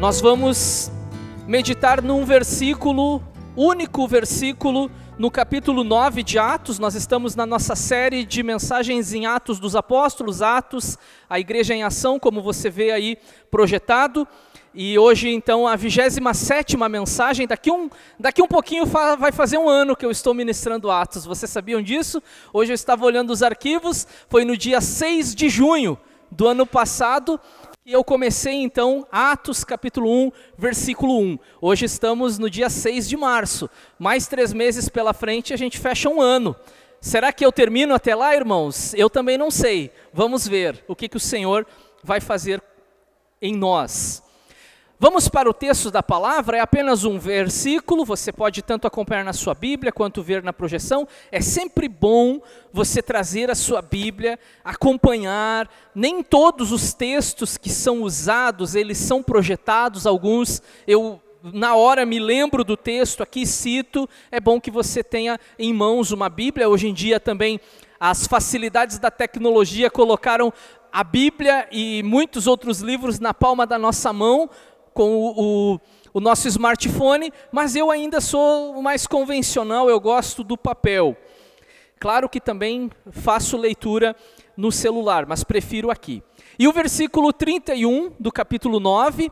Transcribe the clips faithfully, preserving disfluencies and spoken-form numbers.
Nós vamos meditar num versículo, único versículo, no capítulo nove de Atos. Nós estamos na nossa série de mensagens em Atos dos Apóstolos, Atos, a Igreja em Ação, como você vê aí projetado. E hoje, então, a vigésima sétima mensagem. Daqui um, daqui um pouquinho fa- vai fazer um ano que eu estou ministrando Atos. Vocês sabiam disso? Hoje eu estava olhando os arquivos, foi no dia seis de junho do ano passado, e eu comecei, então, Atos capítulo um, versículo um. Hoje estamos no dia seis de março. Mais três meses pela frente, a gente fecha um ano. Será que eu termino até lá, irmãos? Eu também não sei. Vamos ver o que, que o Senhor vai fazer em nós. Vamos para o texto da palavra, é apenas um versículo, você pode tanto acompanhar na sua Bíblia quanto ver na projeção. É sempre bom você trazer a sua Bíblia, acompanhar. Nem todos os textos que são usados, eles são projetados, alguns eu na hora me lembro do texto, aqui cito. É bom que você tenha em mãos uma Bíblia. Hoje em dia também as facilidades da tecnologia colocaram a Bíblia e muitos outros livros na palma da nossa mão, com o, o, o nosso smartphone, mas eu ainda sou mais convencional, eu gosto do papel. Claro que também faço leitura no celular, mas prefiro aqui. E o versículo trinta e um do capítulo nove,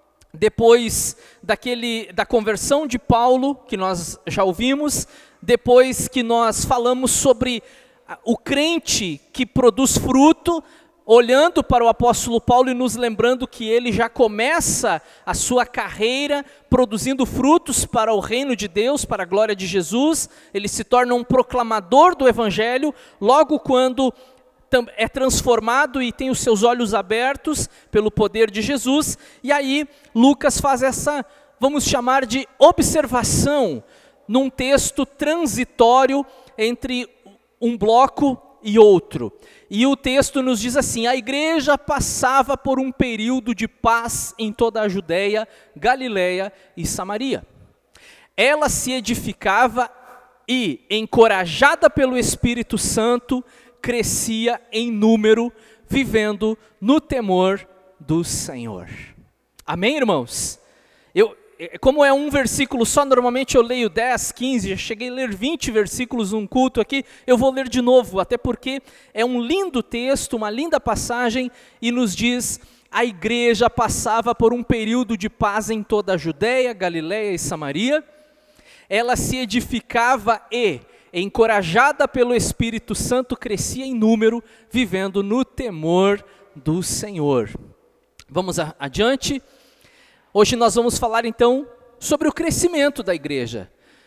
depois daquele, da conversão de Paulo, que nós já ouvimos, depois que nós falamos sobre o crente que produz fruto, olhando para o apóstolo Paulo e nos lembrando que ele já começa a sua carreira produzindo frutos para o reino de Deus, para a glória de Jesus. Ele se torna um proclamador do evangelho, logo quando é transformado e tem os seus olhos abertos pelo poder de Jesus. E aí Lucas faz essa, vamos chamar de observação, num texto transitório entre um bloco e outro. E o texto nos diz assim: a igreja passava por um período de paz em toda a Judeia, Galileia e Samaria. Ela se edificava e, encorajada pelo Espírito Santo, crescia em número, vivendo no temor do Senhor. Amém, irmãos? Eu... Como é um versículo só, normalmente eu leio dez, quinze, já cheguei a ler vinte versículos num culto aqui, eu vou ler de novo, até porque é um lindo texto, uma linda passagem, e nos diz: a igreja passava por um período de paz em toda a Judeia, Galileia e Samaria. Ela se edificava e, encorajada pelo Espírito Santo, crescia em número, vivendo no temor do Senhor. Vamos a, adiante. Hoje nós vamos falar então sobre o crescimento da igreja.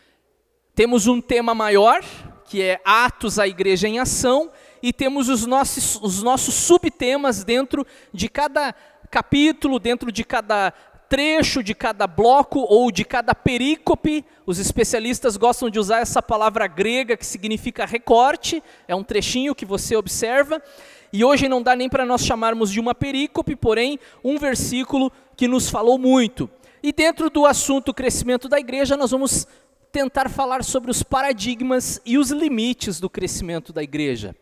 Temos um tema maior, que é Atos, a Igreja em Ação, e temos os nossos, os nossos subtemas dentro de cada capítulo, dentro de cada trecho, de cada bloco ou de cada perícope. Os especialistas gostam de usar essa palavra grega que significa recorte, é um trechinho que você observa. E hoje não dá nem para nós chamarmos de uma perícope, porém um versículo que nos falou muito. E dentro do assunto crescimento da igreja, nós vamos tentar falar sobre os paradigmas e os limites do crescimento da igreja.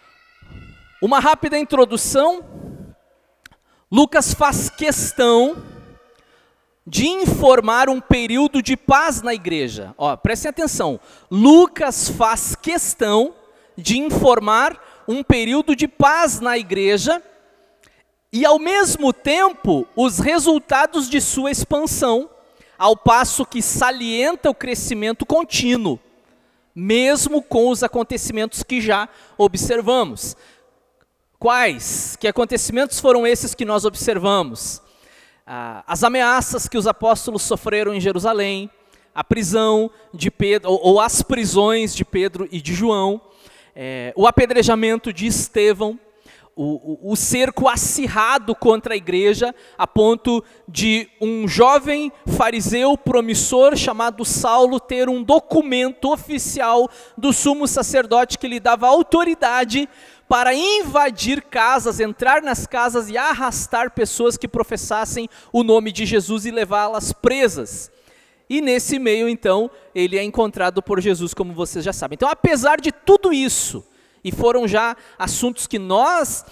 Uma rápida introdução. Lucas faz questão de informar um período de paz na igreja. Ó, prestem atenção. Lucas faz questão de informar um período de paz na igreja e, ao mesmo tempo, os resultados de sua expansão, ao passo que salienta o crescimento contínuo, mesmo com os acontecimentos que já observamos. Quais? Que acontecimentos foram esses que nós observamos? Ah, as ameaças que os apóstolos sofreram em Jerusalém, a prisão de Pedro, ou, ou as prisões de Pedro e de João, É, o apedrejamento de Estevão, o, o, o cerco acirrado contra a igreja, a ponto de um jovem fariseu promissor chamado Saulo ter um documento oficial do sumo sacerdote que lhe dava autoridade para invadir casas, entrar nas casas e arrastar pessoas que professassem o nome de Jesus e levá-las presas. E nesse meio, então, ele é encontrado por Jesus, como vocês já sabem. Então, apesar de tudo isso, e foram já assuntos que nós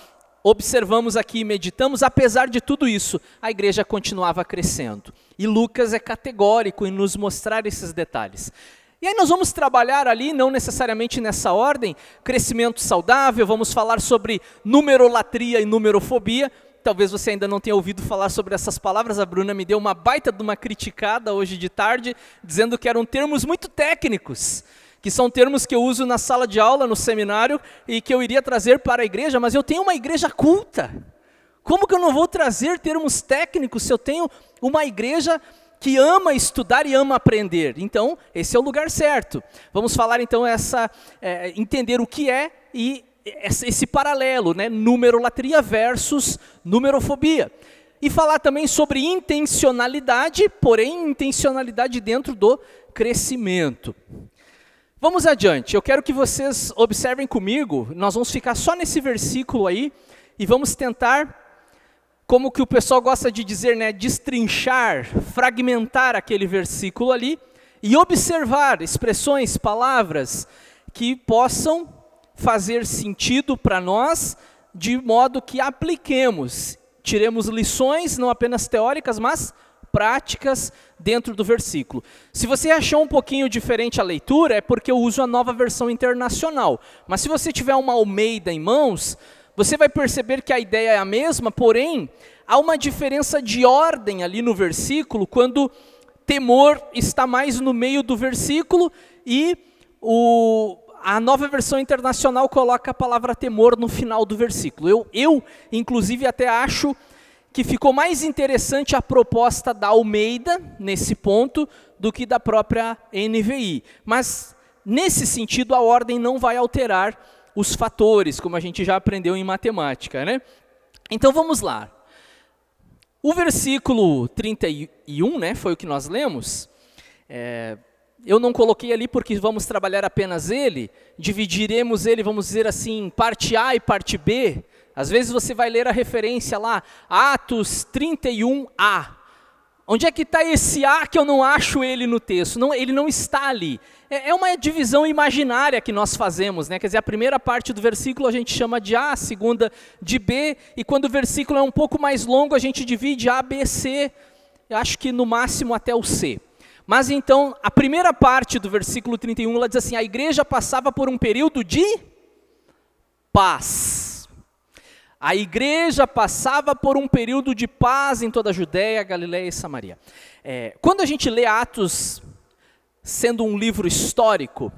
observamos aqui e meditamos, apesar de tudo isso, a igreja continuava crescendo. E Lucas é categórico em nos mostrar esses detalhes. E aí nós vamos trabalhar ali, não necessariamente nessa ordem, crescimento saudável, vamos falar sobre numerolatria e numerofobia. Talvez você ainda não tenha ouvido falar sobre essas palavras, a Bruna me deu uma baita de uma criticada hoje de tarde, dizendo que eram termos muito técnicos, que são termos que eu uso na sala de aula, no seminário, e que eu iria trazer para a igreja, mas eu tenho uma igreja culta. Como que eu não vou trazer termos técnicos se eu tenho uma igreja que ama estudar e ama aprender? Então, esse é o lugar certo. Vamos falar então, essa, é, entender o que é e esse paralelo, né? Numerolatria versus numerofobia. E falar também sobre intencionalidade, porém intencionalidade dentro do crescimento. Vamos adiante, eu quero que vocês observem comigo, nós vamos ficar só nesse versículo aí, e vamos tentar, como que o pessoal gosta de dizer, né, destrinchar, fragmentar aquele versículo ali, e observar expressões, palavras, que possam fazer sentido para nós, de modo que apliquemos, tiremos lições, não apenas teóricas, mas práticas dentro do versículo. Se você achou um pouquinho diferente a leitura, é porque eu uso a Nova Versão Internacional. Mas se você tiver uma Almeida em mãos, você vai perceber que a ideia é a mesma, porém, há uma diferença de ordem ali no versículo, quando temor está mais no meio do versículo e o, a Nova Versão Internacional coloca a palavra temor no final do versículo. Eu, eu inclusive, até acho que ficou mais interessante a proposta da Almeida, nesse ponto, do que da própria N V I. Mas, nesse sentido, a ordem não vai alterar os fatores, como a gente já aprendeu em matemática, né? Então, vamos lá. O versículo trinta e um, né, foi o que nós lemos. É, eu não coloquei ali porque vamos trabalhar apenas ele, dividiremos ele, vamos dizer assim, parte A e parte B. Às vezes você vai ler a referência lá, Atos trinta e um A. Onde é que está esse A que eu não acho ele no texto? Não, ele não está ali. É, é uma divisão imaginária que nós fazemos, né? Quer dizer, a primeira parte do versículo a gente chama de A, a segunda de B, e quando o versículo é um pouco mais longo, a gente divide A, B, C, eu acho que no máximo até o C. Mas então, a primeira parte do versículo trinta e um, ela diz assim, a igreja passava por um período de paz. A igreja passava por um período de paz em toda a Judéia, Galiléia e Samaria. É, quando a gente lê Atos, sendo um livro histórico,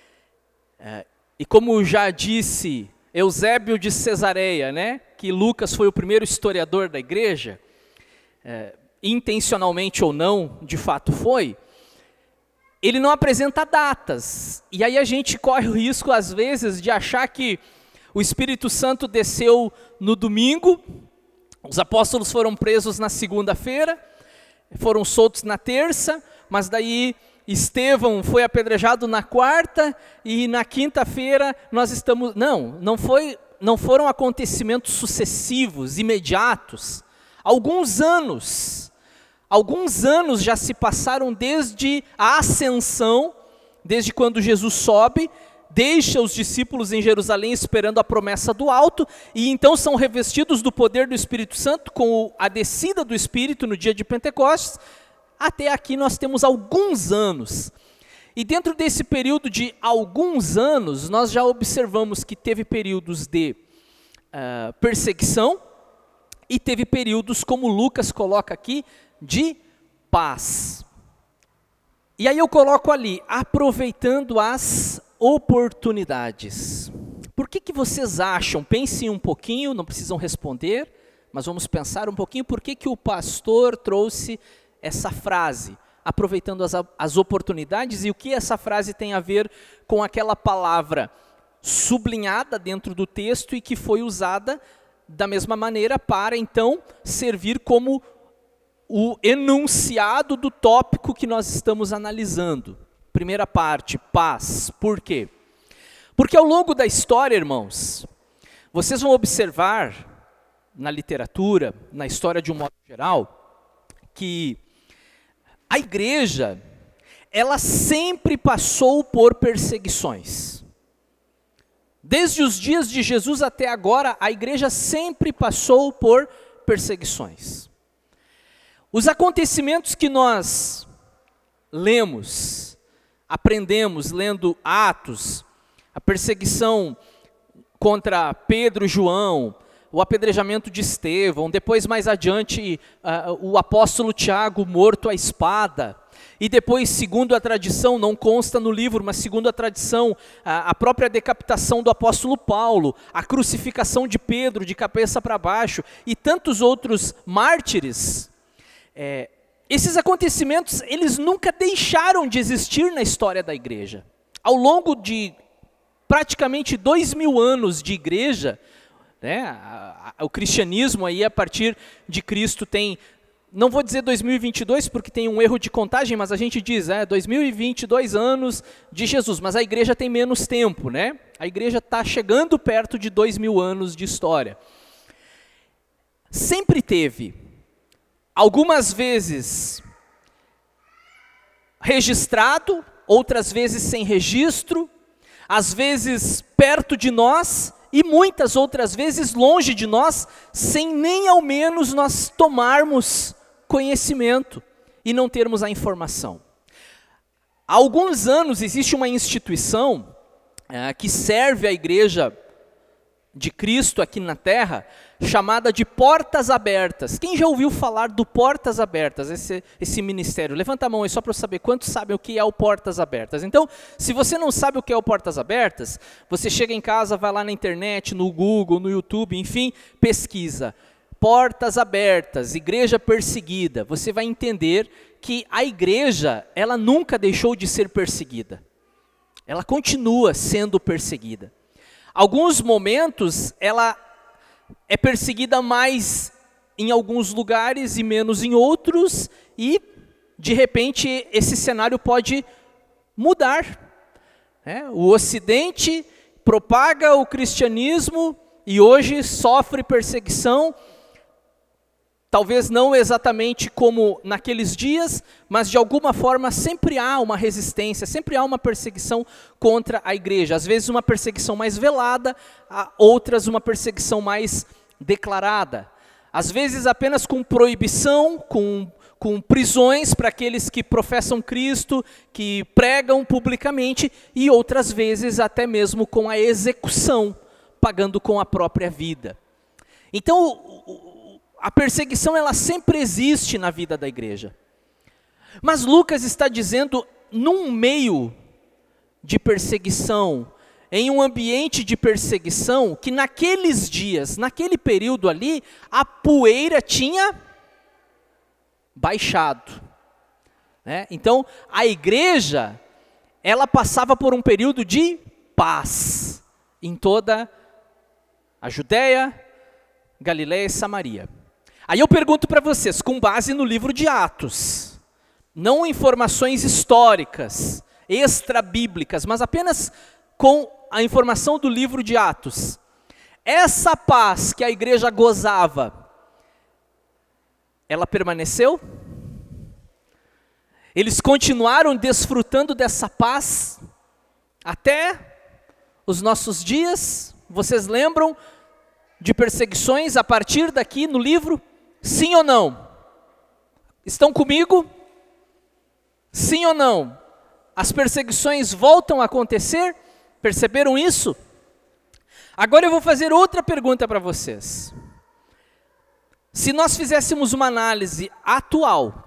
é, e como já disse Eusébio de Cesareia, né, que Lucas foi o primeiro historiador da igreja, é, intencionalmente ou não, de fato foi, ele não apresenta datas. E aí a gente corre o risco, às vezes, de achar que o Espírito Santo desceu no domingo, os apóstolos foram presos na segunda-feira, foram soltos na terça, mas daí Estevão foi apedrejado na quarta e na quinta-feira nós estamos... Não, não, foi, não foram acontecimentos sucessivos, imediatos. Alguns anos, alguns anos já se passaram desde a ascensão, desde quando Jesus sobe, deixa os discípulos em Jerusalém esperando a promessa do alto, e então são revestidos do poder do Espírito Santo com a descida do Espírito no dia de Pentecostes. Até aqui nós temos alguns anos. E dentro desse período de alguns anos, nós já observamos que teve períodos de uh, perseguição, e teve períodos, como Lucas coloca aqui, de paz. E aí eu coloco ali, aproveitando as oportunidades. Por que que vocês acham? Pensem um pouquinho, não precisam responder, mas vamos pensar um pouquinho por que que o pastor trouxe essa frase, aproveitando as, as oportunidades, e o que essa frase tem a ver com aquela palavra sublinhada dentro do texto e que foi usada da mesma maneira para, então, servir como o enunciado do tópico que nós estamos analisando. Primeira parte, paz. Por quê? Porque ao longo da história, irmãos, vocês vão observar na literatura, na história de um modo geral, que a igreja, ela sempre passou por perseguições. Desde os dias de Jesus até agora, a igreja sempre passou por perseguições. Os acontecimentos que nós lemos, aprendemos lendo Atos, a perseguição contra Pedro e João, o apedrejamento de Estevão, depois mais adiante uh, o apóstolo Tiago morto à espada, e depois, segundo a tradição, não consta no livro, mas segundo a tradição, a, a própria decapitação do apóstolo Paulo, a crucificação de Pedro de cabeça para baixo, e tantos outros mártires. É, esses acontecimentos, eles nunca deixaram de existir na história da igreja. Ao longo de praticamente dois mil anos de igreja, né, a, a, o cristianismo aí a partir de Cristo tem, não vou dizer dois mil e vinte e dois porque tem um erro de contagem, mas a gente diz, é, dois mil e vinte e dois anos de Jesus, mas a igreja tem menos tempo, né? A igreja está chegando perto de dois mil anos de história. Sempre teve, algumas vezes registrado, outras vezes sem registro, às vezes perto de nós e muitas outras vezes longe de nós, sem nem ao menos nós tomarmos conhecimento e não termos a informação. Há alguns anos existe uma instituição é, que serve a igreja de Cristo aqui na terra, chamada de Portas Abertas. Quem já ouviu falar do Portas Abertas, esse, esse ministério? Levanta a mão aí só para eu saber quantos sabem o que é o Portas Abertas. Então, se você não sabe o que é o Portas Abertas, você chega em casa, vai lá na internet, no Google, no YouTube, enfim, pesquisa. Portas Abertas, igreja perseguida. Você vai entender que a igreja, ela nunca deixou de ser perseguida. Ela continua sendo perseguida. Alguns momentos, ela é perseguida mais em alguns lugares e menos em outros, e de repente esse cenário pode mudar. Né? O Ocidente propaga o cristianismo e hoje sofre perseguição, talvez não exatamente como naqueles dias, mas de alguma forma sempre há uma resistência, sempre há uma perseguição contra a igreja. Às vezes uma perseguição mais velada, outras uma perseguição mais declarada. Às vezes apenas com proibição, com, com prisões para aqueles que professam Cristo, que pregam publicamente, e outras vezes até mesmo com a execução, pagando com a própria vida. Então, a perseguição, ela sempre existe na vida da igreja. Mas Lucas está dizendo, num meio de perseguição, em um ambiente de perseguição, que naqueles dias, naquele período ali, a poeira tinha baixado. Né? Então, a igreja, ela passava por um período de paz em toda a Judéia, Galiléia e Samaria. Aí eu pergunto para vocês, com base no livro de Atos, não informações históricas, extra-bíblicas, mas apenas com a informação do livro de Atos, essa paz que a igreja gozava, ela permaneceu? Eles continuaram desfrutando dessa paz até os nossos dias? Vocês lembram de perseguições a partir daqui no livro? Sim ou não? Estão comigo? Sim ou não? As perseguições voltam a acontecer? Perceberam isso? Agora eu vou fazer outra pergunta para vocês. Se nós fizéssemos uma análise atual,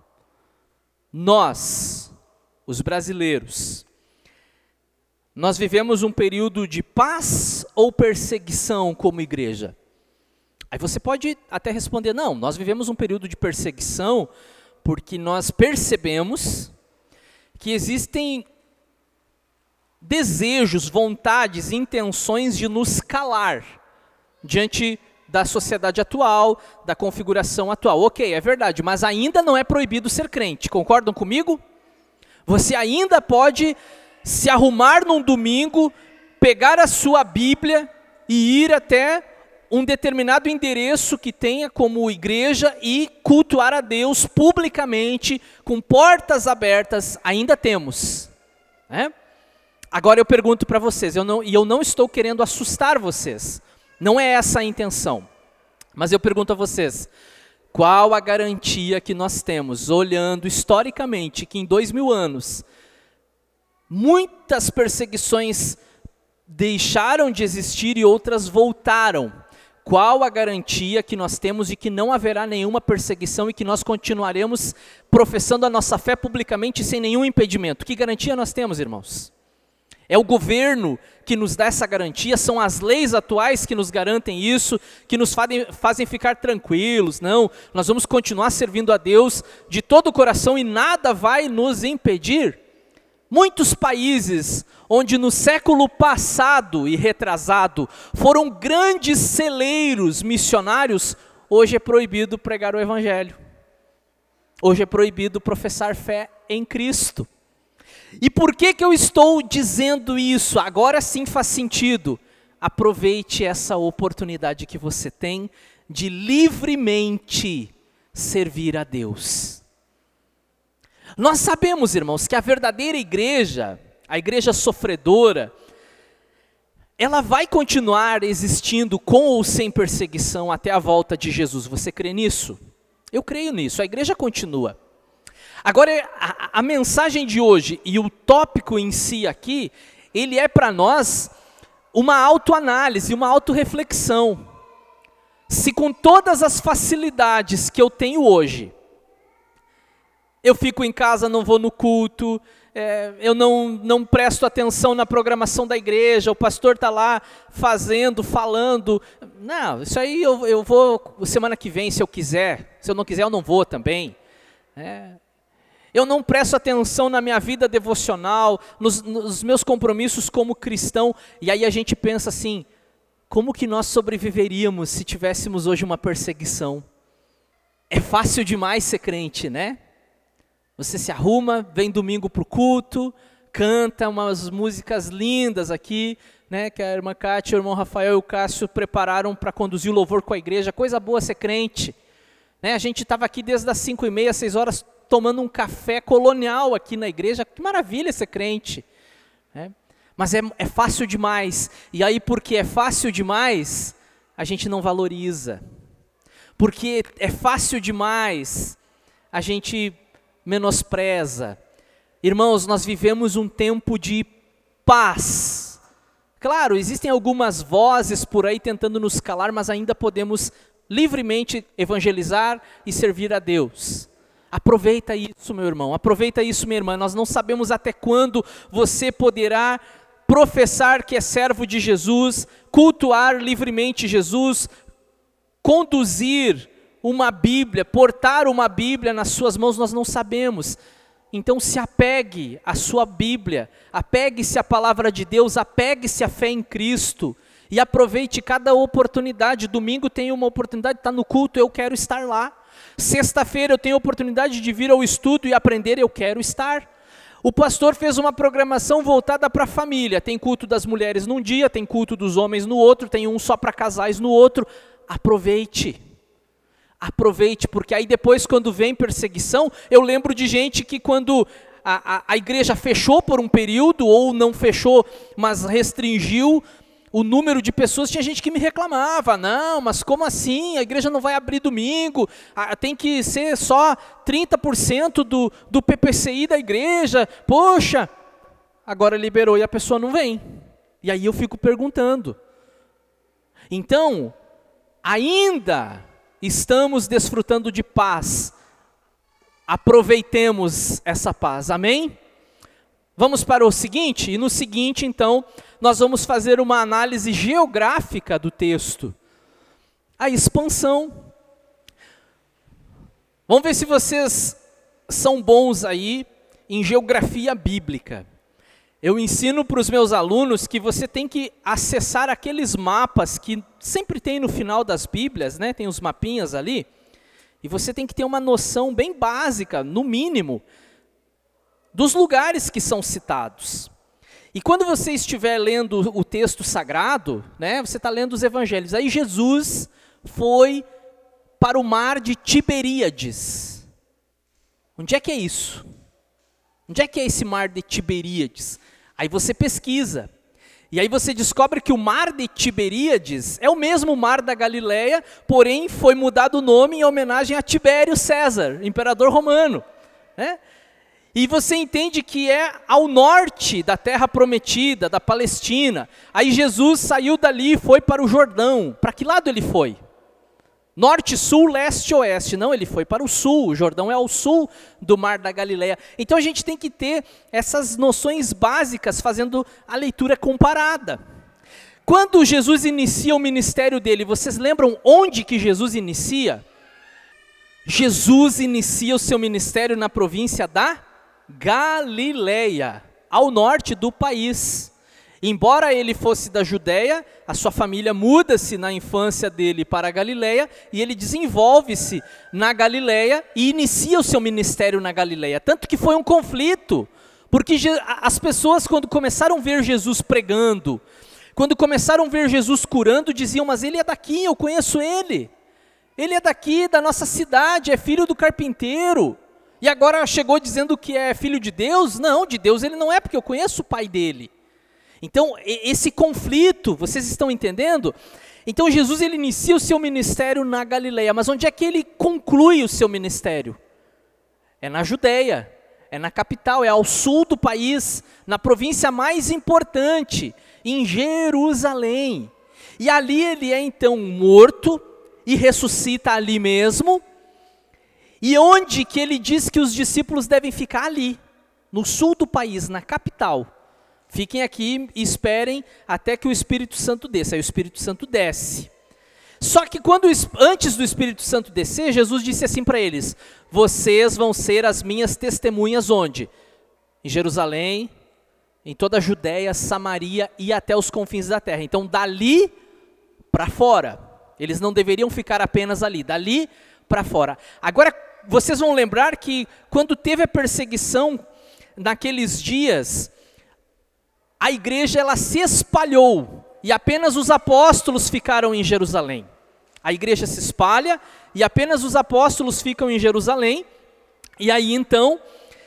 nós, os brasileiros, nós vivemos um período de paz ou perseguição como igreja? Aí você pode até responder, não, nós vivemos um período de perseguição porque nós percebemos que existem desejos, vontades, intenções de nos calar diante da sociedade atual, da configuração atual. Ok, é verdade, mas ainda não é proibido ser crente, concordam comigo? Você ainda pode se arrumar num domingo, pegar a sua Bíblia e ir até um determinado endereço que tenha como igreja e cultuar a Deus publicamente, com portas abertas, ainda temos. Né? Agora eu pergunto para vocês, eu não, e eu não estou querendo assustar vocês, não é essa a intenção, mas eu pergunto a vocês, qual a garantia que nós temos, olhando historicamente, que em dois mil anos, muitas perseguições deixaram de existir e outras voltaram. Qual a garantia que nós temos de que não haverá nenhuma perseguição e que nós continuaremos professando a nossa fé publicamente sem nenhum impedimento? Que garantia nós temos, irmãos? É o governo que nos dá essa garantia, são as leis atuais que nos garantem isso, que nos fazem, fazem ficar tranquilos. Não, nós vamos continuar servindo a Deus de todo o coração e nada vai nos impedir. Muitos países onde no século passado e retrasado foram grandes celeiros missionários, hoje é proibido pregar o evangelho. Hoje é proibido professar fé em Cristo. E por que que eu estou dizendo isso? Agora sim faz sentido. Aproveite essa oportunidade que você tem de livremente servir a Deus. Nós sabemos, irmãos, que a verdadeira igreja, a igreja sofredora, ela vai continuar existindo com ou sem perseguição até a volta de Jesus. Você crê nisso? Eu creio nisso, a igreja continua. Agora, a, a mensagem de hoje e o tópico em si aqui, ele é para nós uma autoanálise, uma autorreflexão. Se com todas as facilidades que eu tenho hoje, eu fico em casa, não vou no culto, é, eu não, não presto atenção na programação da igreja, o pastor está lá fazendo, falando, não, isso aí eu, eu vou semana que vem se eu quiser, se eu não quiser eu não vou também. É, eu não presto atenção na minha vida devocional, nos, nos meus compromissos como cristão, e aí a gente pensa assim, como que nós sobreviveríamos se tivéssemos hoje uma perseguição? É fácil demais ser crente, né? Você se arruma, vem domingo para o culto, canta umas músicas lindas aqui, né, que a irmã Cátia, o irmão Rafael e o Cássio prepararam para conduzir o louvor com a igreja, coisa boa ser crente. Né, a gente estava aqui desde as cinco e meia, seis horas, tomando um café colonial aqui na igreja, que maravilha ser crente. Né? Mas é, é fácil demais, e aí porque é fácil demais, a gente não valoriza. Porque é fácil demais, a gente menospreza. Irmãos, nós vivemos um tempo de paz. Claro, existem algumas vozes por aí tentando nos calar, mas ainda podemos livremente evangelizar e servir a Deus. Aproveita isso, meu irmão, aproveita isso, minha irmã. Nós não sabemos até quando você poderá professar que é servo de Jesus, cultuar livremente Jesus, conduzir uma Bíblia, portar uma Bíblia nas suas mãos, nós não sabemos. Então se apegue à sua Bíblia, apegue-se à palavra de Deus, apegue-se à fé em Cristo e aproveite cada oportunidade. Domingo tem uma oportunidade de estar no culto, eu quero estar lá. Sexta-feira eu tenho a oportunidade de vir ao estudo e aprender, eu quero estar. O pastor fez uma programação voltada para a família, tem culto das mulheres num dia, tem culto dos homens no outro, tem um só para casais no outro. Aproveite. Aproveite, porque aí depois quando vem perseguição, eu lembro de gente que quando a, a, a igreja fechou por um período, ou não fechou, mas restringiu o número de pessoas, tinha gente que me reclamava, não, mas como assim, a igreja não vai abrir domingo, a, tem que ser só trinta por cento do, do P P C I da igreja, poxa, agora liberou e a pessoa não vem, e aí eu fico perguntando, então, ainda estamos desfrutando de paz, aproveitemos essa paz, amém? Vamos para o seguinte, e no seguinte então, nós vamos fazer uma análise geográfica do texto, a expansão. Vamos ver se vocês são bons aí em geografia bíblica. Eu ensino para os meus alunos que você tem que acessar aqueles mapas que sempre tem no final das Bíblias, né? Tem os mapinhas ali, e você tem que ter uma noção bem básica, no mínimo, dos lugares que são citados. E quando você estiver lendo o texto sagrado, né, você está lendo os evangelhos, aí Jesus foi para o mar de Tiberíades. Onde é que é isso? Onde é que é esse mar de Tiberíades? Aí você pesquisa. E aí você descobre que o mar de Tiberíades é o mesmo mar da Galileia, porém foi mudado o nome em homenagem a Tibério César, imperador romano, né? E você entende que é ao norte da terra prometida, da Palestina. Aí Jesus saiu dali e foi para o Jordão. Para que lado ele foi? Norte, sul, leste, oeste. Não, ele foi para o sul. O Jordão é ao sul do mar da Galileia. Então a gente tem que ter essas noções básicas fazendo a leitura comparada. Quando Jesus inicia o ministério dele, vocês lembram onde que Jesus inicia? Jesus inicia o seu ministério na província da Galileia, ao norte do país. Embora ele fosse da Judéia, a sua família muda-se na infância dele para a Galileia e ele desenvolve-se na Galileia e inicia o seu ministério na Galileia. Tanto que foi um conflito, porque as pessoas quando começaram a ver Jesus pregando, quando começaram a ver Jesus curando, diziam, mas ele é daqui, eu conheço ele. Ele é daqui, da nossa cidade, é filho do carpinteiro. E agora chegou dizendo que é filho de Deus? Não, de Deus ele não é, porque eu conheço o pai dele. Então, esse conflito, vocês estão entendendo? Então, Jesus ele inicia o seu ministério na Galileia, mas onde é que ele conclui o seu ministério? É na Judéia, é na capital, é ao sul do país, na província mais importante, em Jerusalém. E ali ele é então morto e ressuscita ali mesmo. E onde que ele diz que os discípulos devem ficar? Ali, no sul do país, na capital. Fiquem aqui e esperem até que o Espírito Santo desça. Aí o Espírito Santo desce. Só que quando, antes do Espírito Santo descer, Jesus disse assim para eles, vocês vão ser as minhas testemunhas onde? Em Jerusalém, em toda a Judéia, Samaria e até os confins da terra. Então dali para fora, eles não deveriam ficar apenas ali, dali para fora. Agora, vocês vão lembrar que quando teve a perseguição naqueles dias, a igreja ela se espalhou e apenas os apóstolos ficaram em Jerusalém. A igreja se espalha e apenas os apóstolos ficam em Jerusalém. E aí então,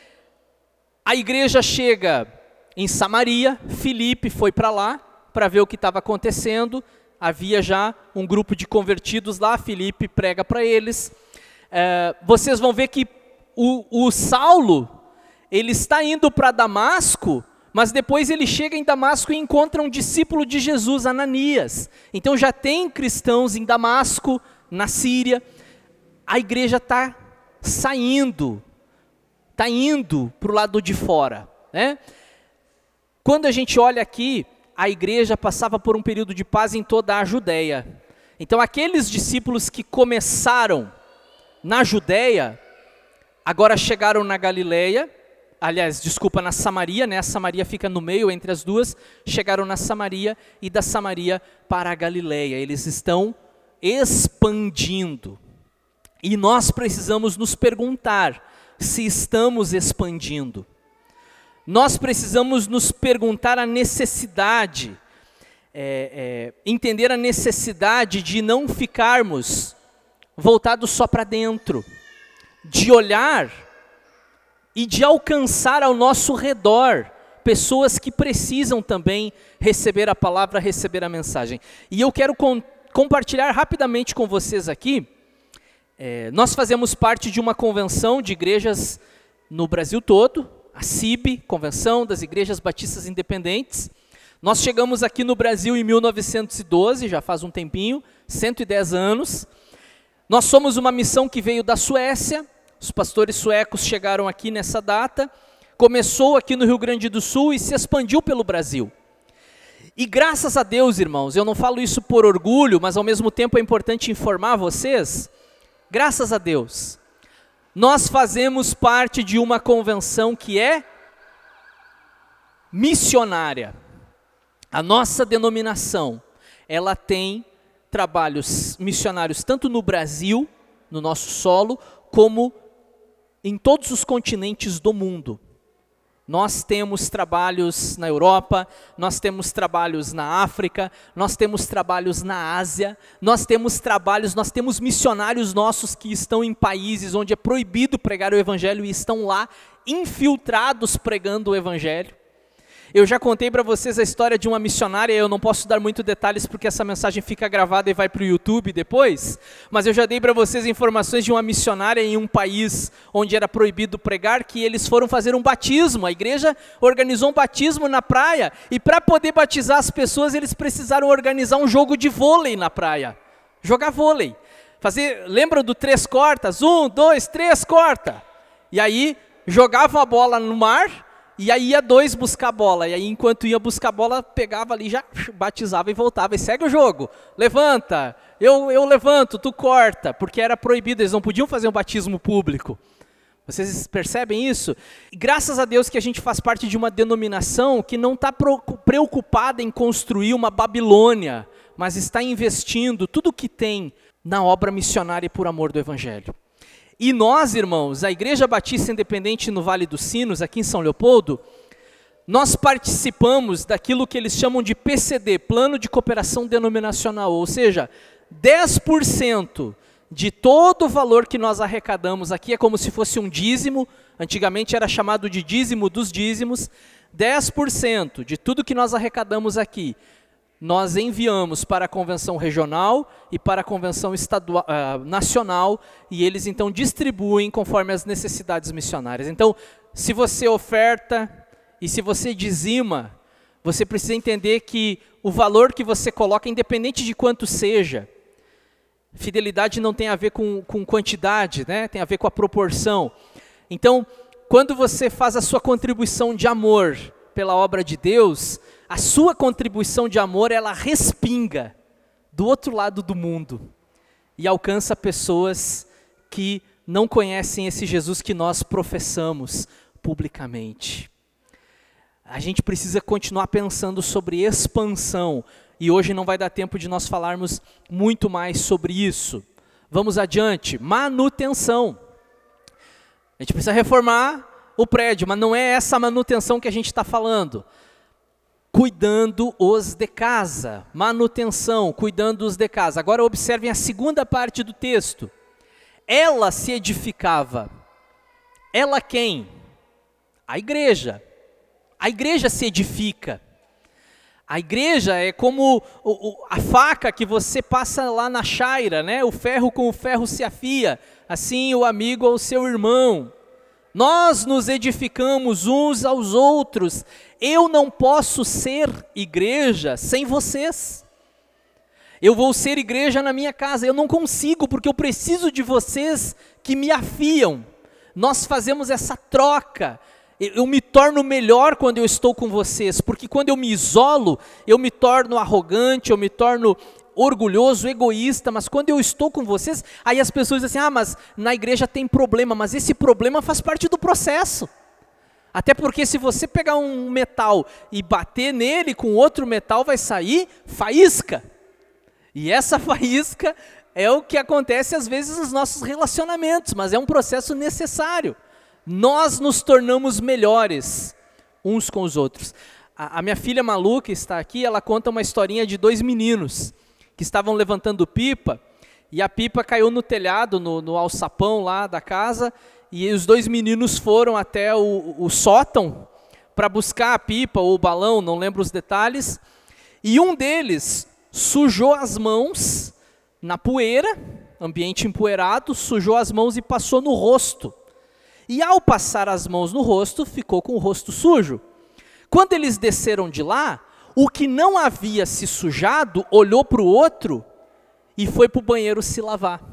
a igreja chega em Samaria, Filipe foi para lá para ver o que estava acontecendo. Havia já um grupo de convertidos lá, Filipe prega para eles. É, vocês vão ver que o, o Saulo, ele está indo para Damasco, mas depois ele chega em Damasco e encontra um discípulo de Jesus, Ananias. Então já tem cristãos em Damasco, na Síria. A igreja está saindo, está indo para o lado de fora, né? Quando a gente olha aqui, a igreja passava por um período de paz em toda a Judéia. Então aqueles discípulos que começaram na Judéia, agora chegaram na Galileia, aliás, desculpa, na Samaria, né? A Samaria fica no meio entre as duas, chegaram na Samaria e da Samaria para a Galileia. Eles estão expandindo. E nós precisamos nos perguntar se estamos expandindo. Nós precisamos nos perguntar a necessidade, é, é, entender a necessidade de não ficarmos voltados só para dentro, de olhar e de alcançar ao nosso redor pessoas que precisam também receber a palavra, receber a mensagem. E eu quero com, compartilhar rapidamente com vocês aqui, é, nós fazemos parte de uma convenção de igrejas no Brasil todo, a C I B, Convenção das Igrejas Batistas Independentes. Nós chegamos aqui no Brasil em mil novecentos e doze, já faz um tempinho, cento e dez anos. Nós somos uma missão que veio da Suécia, os pastores suecos chegaram aqui nessa data, começou aqui no Rio Grande do Sul e se expandiu pelo Brasil. E graças a Deus, irmãos, eu não falo isso por orgulho, mas ao mesmo tempo é importante informar vocês, graças a Deus, nós fazemos parte de uma convenção que é missionária. A nossa denominação, ela tem trabalhos missionários tanto no Brasil, no nosso solo, como em todos os continentes do mundo. Nós temos trabalhos na Europa, nós temos trabalhos na África, nós temos trabalhos na Ásia, nós temos trabalhos, nós temos missionários nossos que estão em países onde é proibido pregar o Evangelho e estão lá infiltrados pregando o Evangelho. Eu já contei para vocês a história de uma missionária, eu não posso dar muitos detalhes porque essa mensagem fica gravada e vai para o YouTube depois, mas eu já dei para vocês informações de uma missionária em um país onde era proibido pregar, que eles foram fazer um batismo, a igreja organizou um batismo na praia, e para poder batizar as pessoas eles precisaram organizar um jogo de vôlei na praia, jogar vôlei, fazer, lembram do três cortas? Um, dois, três, corta, e aí jogavam a bola no mar, e aí ia dois buscar a bola, e aí enquanto ia buscar a bola, pegava ali, já batizava e voltava, e segue o jogo, levanta, eu, eu levanto, tu corta, porque era proibido, eles não podiam fazer um batismo público. Vocês percebem isso? E graças a Deus que a gente faz parte de uma denominação que não está preocupada em construir uma Babilônia, mas está investindo tudo o que tem na obra missionária e por amor do Evangelho. E nós, irmãos, a Igreja Batista Independente no Vale dos Sinos, aqui em São Leopoldo, nós participamos daquilo que eles chamam de P C D, Plano de Cooperação Denominacional, ou seja, dez por cento de todo o valor que nós arrecadamos aqui, é como se fosse um dízimo, antigamente era chamado de dízimo dos dízimos, dez por cento de tudo que nós arrecadamos aqui, nós enviamos para a convenção regional e para a convenção estadual, uh, nacional, e eles então distribuem conforme as necessidades missionárias. Então, se você oferta e se você dizima, você precisa entender que o valor que você coloca, independente de quanto seja, fidelidade não tem a ver com, com quantidade, né? Tem a ver com a proporção. Então, quando você faz a sua contribuição de amor pela obra de Deus, a sua contribuição de amor, ela respinga do outro lado do mundo e alcança pessoas que não conhecem esse Jesus que nós professamos publicamente. A gente precisa continuar pensando sobre expansão, e hoje não vai dar tempo de nós falarmos muito mais sobre isso. Vamos adiante. Manutenção. A gente precisa reformar o prédio, mas não é essa manutenção que a gente está falando. Cuidando os de casa, manutenção, cuidando os de casa. Agora observem a segunda parte do texto. Ela se edificava. Ela quem? A igreja. A igreja se edifica. A igreja é como o, o, a faca que você passa lá na chaira, né? O ferro com o ferro se afia, assim o amigo ao seu irmão. Nós nos edificamos uns aos outros. Eu não posso ser igreja sem vocês. Eu vou ser igreja na minha casa. Eu não consigo, porque eu preciso de vocês que me afiam. Nós fazemos essa troca. Eu me torno melhor quando eu estou com vocês, porque quando eu me isolo, eu me torno arrogante, eu me torno orgulhoso, egoísta, mas quando eu estou com vocês, aí as pessoas dizem assim, ah, mas na igreja tem problema, mas esse problema faz parte do processo. Até porque se você pegar um metal e bater nele com outro metal, vai sair faísca. E essa faísca é o que acontece às vezes nos nossos relacionamentos, mas é um processo necessário. Nós nos tornamos melhores uns com os outros. A, a minha filha Malu, que está aqui, ela conta uma historinha de dois meninos que estavam levantando pipa, e a pipa caiu no telhado, no, no alçapão lá da casa, e os dois meninos foram até o, o sótão para buscar a pipa ou o balão, não lembro os detalhes, e um deles sujou as mãos na poeira, ambiente empoeirado, sujou as mãos e passou no rosto. E ao passar as mãos no rosto, ficou com o rosto sujo. Quando eles desceram de lá, o que não havia se sujado, olhou para o outro e foi para o banheiro se lavar.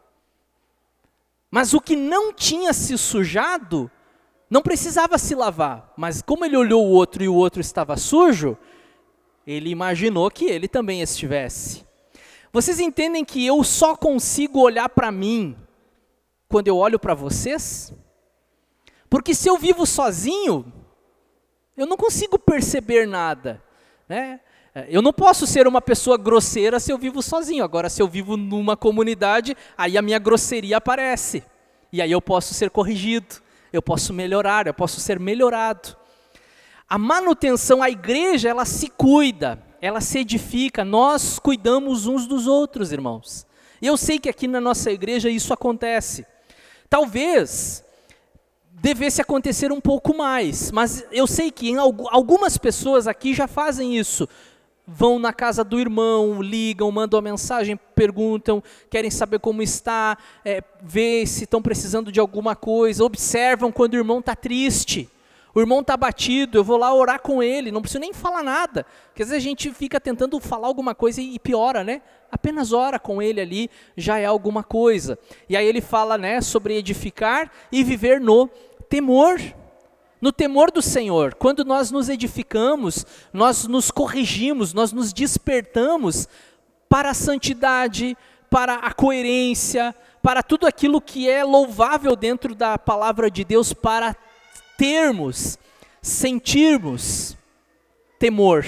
Mas o que não tinha se sujado, não precisava se lavar. Mas como ele olhou o outro e o outro estava sujo, ele imaginou que ele também estivesse. Vocês entendem que eu só consigo olhar para mim quando eu olho para vocês? Porque se eu vivo sozinho, eu não consigo perceber nada, né? Eu não posso ser uma pessoa grosseira se eu vivo sozinho. Agora, se eu vivo numa comunidade, aí a minha grosseria aparece. E aí eu posso ser corrigido, eu posso melhorar, eu posso ser melhorado. A manutenção, a igreja, ela se cuida, ela se edifica. Nós cuidamos uns dos outros, irmãos. E eu sei que aqui na nossa igreja isso acontece. Talvez devesse acontecer um pouco mais, mas eu sei que em algumas pessoas aqui já fazem isso. Vão na casa do irmão, ligam, mandam uma mensagem, perguntam, querem saber como está, é, ver se estão precisando de alguma coisa, observam quando o irmão está triste, o irmão está abatido, eu vou lá orar com ele, não preciso nem falar nada, porque às vezes a gente fica tentando falar alguma coisa e piora, né? Apenas ora com ele ali, já é alguma coisa. E aí ele fala, né, sobre edificar e viver no temor. No temor do Senhor. Quando nós nos edificamos, nós nos corrigimos, nós nos despertamos para a santidade, para a coerência, para tudo aquilo que é louvável dentro da palavra de Deus, para termos, sentirmos temor.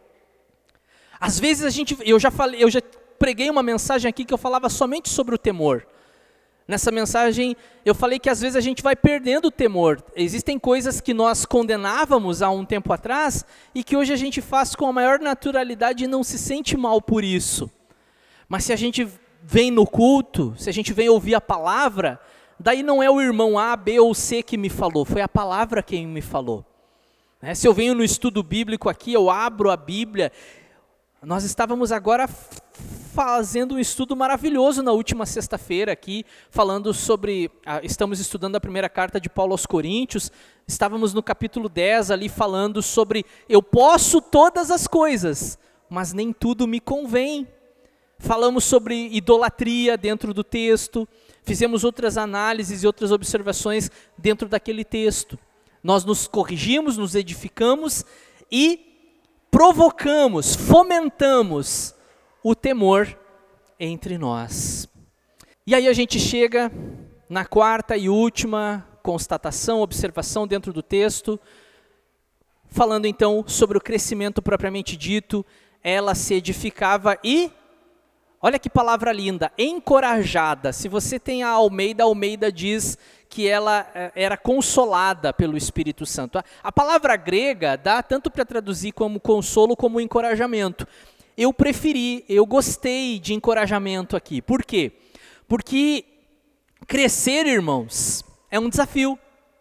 Às vezes a gente, eu já falei, eu já preguei uma mensagem aqui que eu falava somente sobre o temor. Nessa mensagem eu falei que às vezes a gente vai perdendo o temor. Existem coisas que nós condenávamos há um tempo atrás e que hoje a gente faz com a maior naturalidade e não se sente mal por isso. Mas se a gente vem no culto, se a gente vem ouvir a palavra, daí não é o irmão A, B ou C que me falou, foi a palavra quem me falou. Né? Se eu venho no estudo bíblico aqui, eu abro a Bíblia. Nós estávamos agora fazendo um estudo maravilhoso na última sexta-feira aqui, falando sobre, estamos estudando a primeira carta de Paulo aos Coríntios, estávamos no capítulo dez ali falando sobre, eu posso todas as coisas, mas nem tudo me convém. Falamos sobre idolatria dentro do texto, fizemos outras análises e outras observações dentro daquele texto. Nós nos corrigimos, nos edificamos e provocamos, fomentamos o temor entre nós. E aí a gente chega na quarta e última constatação, observação dentro do texto, falando então sobre o crescimento propriamente dito. Ela se edificava e, olha que palavra linda, encorajada. Se você tem a Almeida, a Almeida diz que ela era consolada pelo Espírito Santo. A, a palavra grega dá tanto para traduzir como consolo como encorajamento. Eu preferi, eu gostei de encorajamento aqui. Por quê? Porque crescer, irmãos, é um desafio.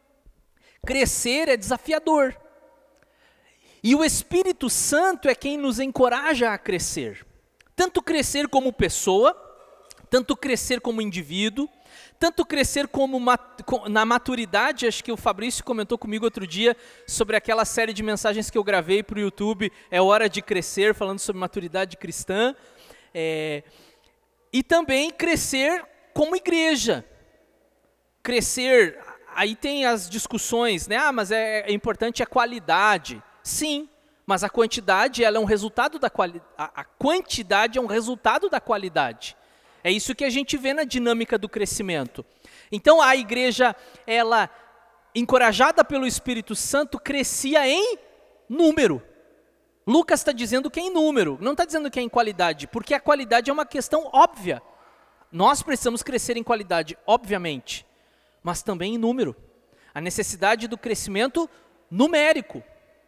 Crescer é desafiador. E o Espírito Santo é quem nos encoraja a crescer. Tanto crescer como pessoa, tanto crescer como indivíduo, tanto crescer como mat- na maturidade. Acho que o Fabrício comentou comigo outro dia sobre aquela série de mensagens que eu gravei para o YouTube, É Hora de Crescer, falando sobre maturidade cristã. É, e também crescer como igreja. Crescer, aí tem as discussões, né? Ah, mas é, é importante a qualidade. Sim, mas a quantidade ela é um resultado da qualidade. A quantidade é um resultado da qualidade. É isso que a gente vê na dinâmica do crescimento. Então a igreja, ela, encorajada pelo Espírito Santo, crescia em número. Lucas está dizendo que é em número, não está dizendo que é em qualidade, porque a qualidade é uma questão óbvia. Nós precisamos crescer em qualidade, obviamente, mas também em número. A necessidade do crescimento numérico.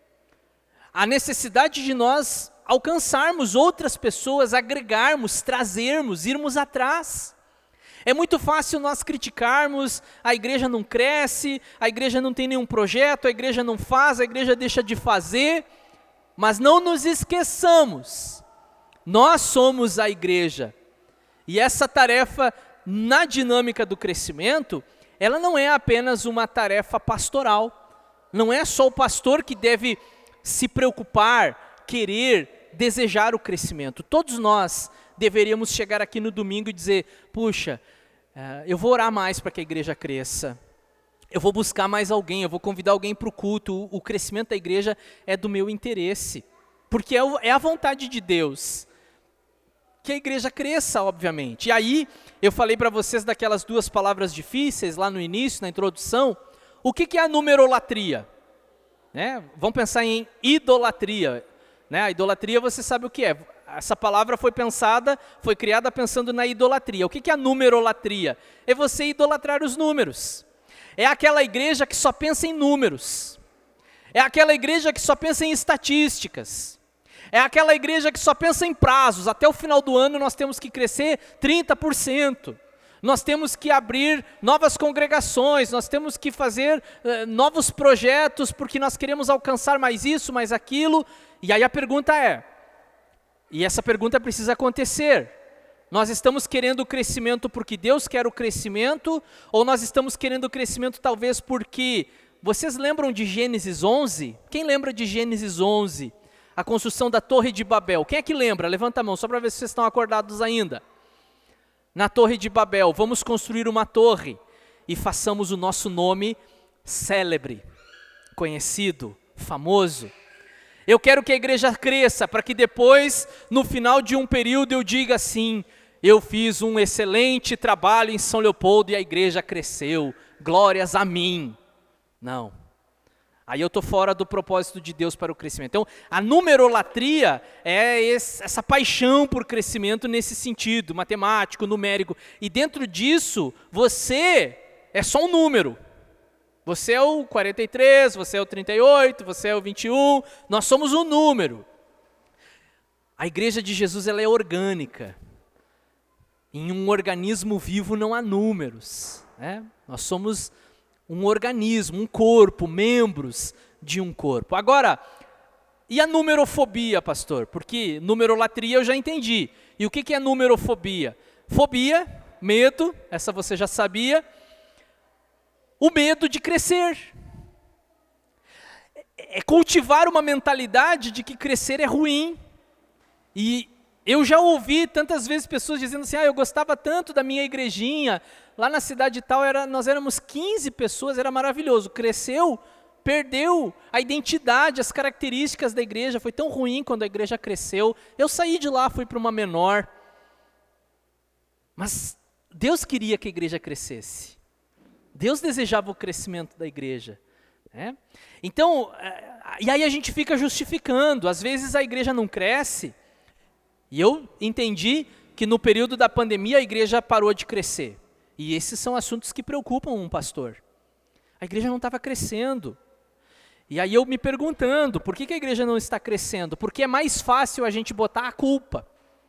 A necessidade de nós alcançarmos outras pessoas, agregarmos, trazermos, irmos atrás. É muito fácil nós criticarmos, a igreja não cresce, a igreja não tem nenhum projeto, a igreja não faz, a igreja deixa de fazer, mas não nos esqueçamos, nós somos a igreja. E essa tarefa, na dinâmica do crescimento, ela não é apenas uma tarefa pastoral, não é só o pastor que deve se preocupar, querer, desejar o crescimento. Todos nós deveríamos chegar aqui no domingo e dizer, puxa, eu vou orar mais para que a igreja cresça, eu vou buscar mais alguém, eu vou convidar alguém para o culto, o crescimento da igreja é do meu interesse, porque é a vontade de Deus, que a igreja cresça, obviamente. E aí, eu falei para vocês daquelas duas palavras difíceis lá no início, na introdução. O que, que é a numerolatria? Né? Vamos pensar em idolatria. Né? A idolatria, você sabe o que é. Essa palavra foi pensada, foi criada pensando na idolatria. O que, que é a numerolatria? É você idolatrar os números. É aquela igreja que só pensa em números. É aquela igreja que só pensa em estatísticas. É aquela igreja que só pensa em prazos. Até o final do ano nós temos que crescer trinta por cento. nós temos que abrir novas congregações, nós temos que fazer uh, novos projetos, porque nós queremos alcançar mais isso, mais aquilo. E aí a pergunta é, e essa pergunta precisa acontecer, nós estamos querendo o crescimento porque Deus quer o crescimento, ou nós estamos querendo o crescimento talvez porque... Vocês lembram de Gênesis onze? Quem lembra de Gênesis onze? A construção da Torre de Babel. Quem é que lembra? Levanta a mão, só para ver se vocês estão acordados ainda. Na Torre de Babel, vamos construir uma torre e façamos o nosso nome célebre, conhecido, famoso. Eu quero que a igreja cresça, para que depois, no final de um período, eu diga assim, eu fiz um excelente trabalho em São Leopoldo e a igreja cresceu, glórias a mim. Não. Aí eu estou fora do propósito de Deus para o crescimento. Então, a numerolatria é esse, essa paixão por crescimento nesse sentido, matemático, numérico. E dentro disso, você é só um número. Você é o quarenta e três, você é o trinta e oito, você é o vinte e um, nós somos um número. A igreja de Jesus ela é orgânica. Em um organismo vivo não há números, né? Nós somos um organismo, um corpo, membros de um corpo. Agora, e a numerofobia, pastor? Porque numerolatria eu já entendi. E o que que é numerofobia? Fobia, medo, essa você já sabia. O medo de crescer. É cultivar uma mentalidade de que crescer é ruim. E eu já ouvi tantas vezes pessoas dizendo assim, ah, eu gostava tanto da minha igrejinha, lá na cidade tal, era, nós éramos quinze pessoas, era maravilhoso. Cresceu, perdeu a identidade, as características da igreja, foi tão ruim quando a igreja cresceu. Eu saí de lá, fui para uma menor. Mas Deus queria que a igreja crescesse. Deus desejava o crescimento da igreja. Né? Então, e aí a gente fica justificando, às vezes a igreja não cresce, e eu entendi que no período da pandemia a igreja parou de crescer. E esses são assuntos que preocupam um pastor. A igreja não estava crescendo. E aí eu me perguntando, por que que a igreja não está crescendo? Porque é mais fácil a gente botar a culpa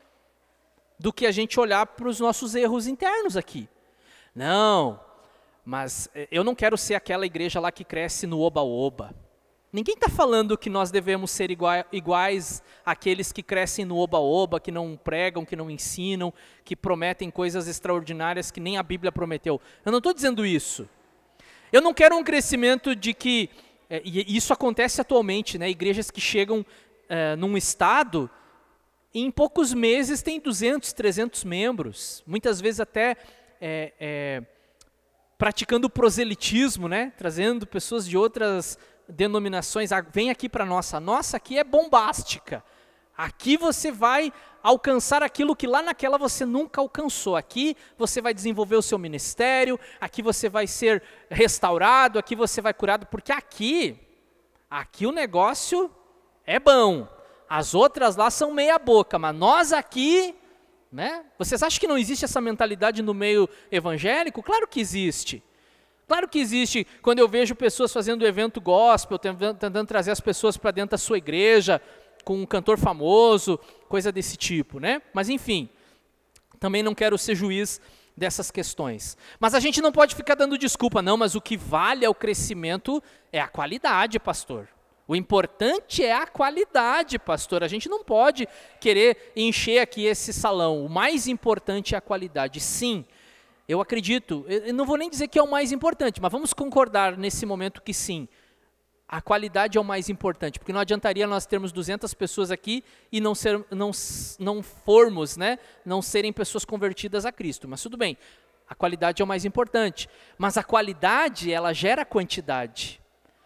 do que a gente olhar para os nossos erros internos aqui. Não, mas eu não quero ser aquela igreja lá que cresce no oba-oba. Ninguém está falando que nós devemos ser igua- iguais àqueles que crescem no oba-oba, que não pregam, que não ensinam, que prometem coisas extraordinárias que nem a Bíblia prometeu. Eu não estou dizendo isso. Eu não quero um crescimento de que, é, e isso acontece atualmente, né, igrejas que chegam é, num estado, e em poucos meses tem duzentos, trezentos membros, muitas vezes até é, é, praticando proselitismo, né, trazendo pessoas de outras denominações, ah, vem aqui para a nossa, a nossa aqui é bombástica, aqui você vai alcançar aquilo que lá naquela você nunca alcançou, aqui você vai desenvolver o seu ministério, aqui você vai ser restaurado, aqui você vai curado, porque aqui, aqui o negócio é bom, as outras lá são meia boca, mas nós aqui, né? Vocês acham que não existe essa mentalidade no meio evangélico? Claro que existe. Claro que existe, quando eu vejo pessoas fazendo evento gospel, tentando trazer as pessoas para dentro da sua igreja, com um cantor famoso, coisa desse tipo, né? Mas enfim, também não quero ser juiz dessas questões. Mas a gente não pode ficar dando desculpa, não, mas o que vale é o crescimento é a qualidade, pastor. O importante é a qualidade, pastor. A gente não pode querer encher aqui esse salão. O mais importante é a qualidade, sim. Eu acredito, eu não vou nem dizer que é o mais importante, mas vamos concordar nesse momento que sim, a qualidade é o mais importante, porque não adiantaria nós termos duzentas pessoas aqui e não, ser, não, não formos, né, não serem pessoas convertidas a Cristo, mas tudo bem, a qualidade é o mais importante, mas a qualidade ela gera quantidade,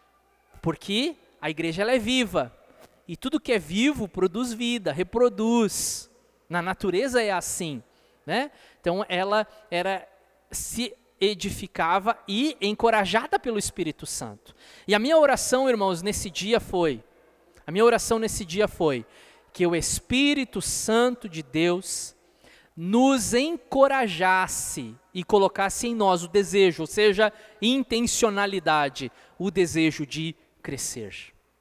porque a igreja ela é viva, e tudo que é vivo produz vida, reproduz, na natureza é assim. Né? Então ela era, se edificava e encorajada pelo Espírito Santo. E a minha oração, irmãos, nesse dia foi, a minha oração nesse dia foi, que o Espírito Santo de Deus nos encorajasse e colocasse em nós o desejo, ou seja, intencionalidade, o desejo de crescer.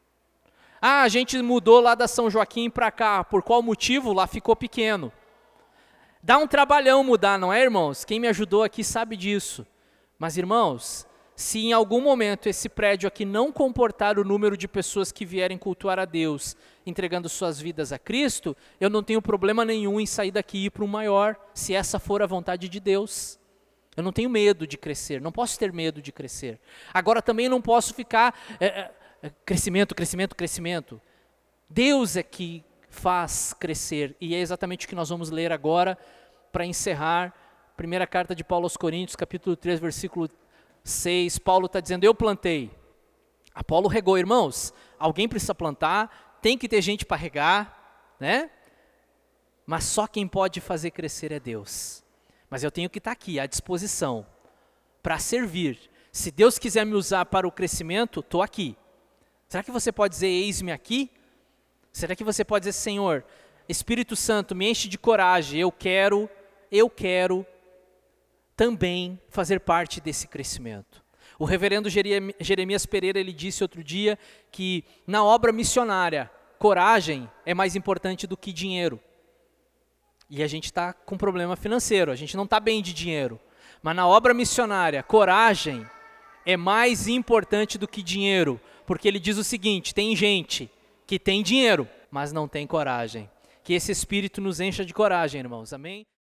Ah, a gente mudou lá da São Joaquim para cá, por qual motivo? Lá ficou pequeno. Dá um trabalhão mudar, não é, irmãos? Quem me ajudou aqui sabe disso. Mas, irmãos, se em algum momento esse prédio aqui não comportar o número de pessoas que vierem cultuar a Deus, entregando suas vidas a Cristo, eu não tenho problema nenhum em sair daqui e ir para um maior, se essa for a vontade de Deus. Eu não tenho medo de crescer, não posso ter medo de crescer. Agora também não posso ficar, é, é, crescimento, crescimento, crescimento. Deus é que faz crescer, e é exatamente o que nós vamos ler agora, para encerrar, primeira carta de Paulo aos Coríntios, capítulo três, versículo seis, Paulo está dizendo, eu plantei, Apolo regou. Irmãos, alguém precisa plantar, tem que ter gente para regar, né? Mas só quem pode fazer crescer é Deus. Mas eu tenho que estar aqui, à disposição, para servir. Se Deus quiser me usar para o crescimento, estou aqui. Será que você pode dizer, eis-me aqui? Será que você pode dizer, Senhor, Espírito Santo, me enche de coragem, eu quero, eu quero também fazer parte desse crescimento. O reverendo Jeremias Pereira, ele disse outro dia que na obra missionária, coragem é mais importante do que dinheiro. E a gente está com problema financeiro, a gente não está bem de dinheiro. Mas na obra missionária, coragem é mais importante do que dinheiro. Porque ele diz o seguinte, tem gente que tem dinheiro, mas não tem coragem. Que esse Espírito nos encha de coragem, irmãos. Amém?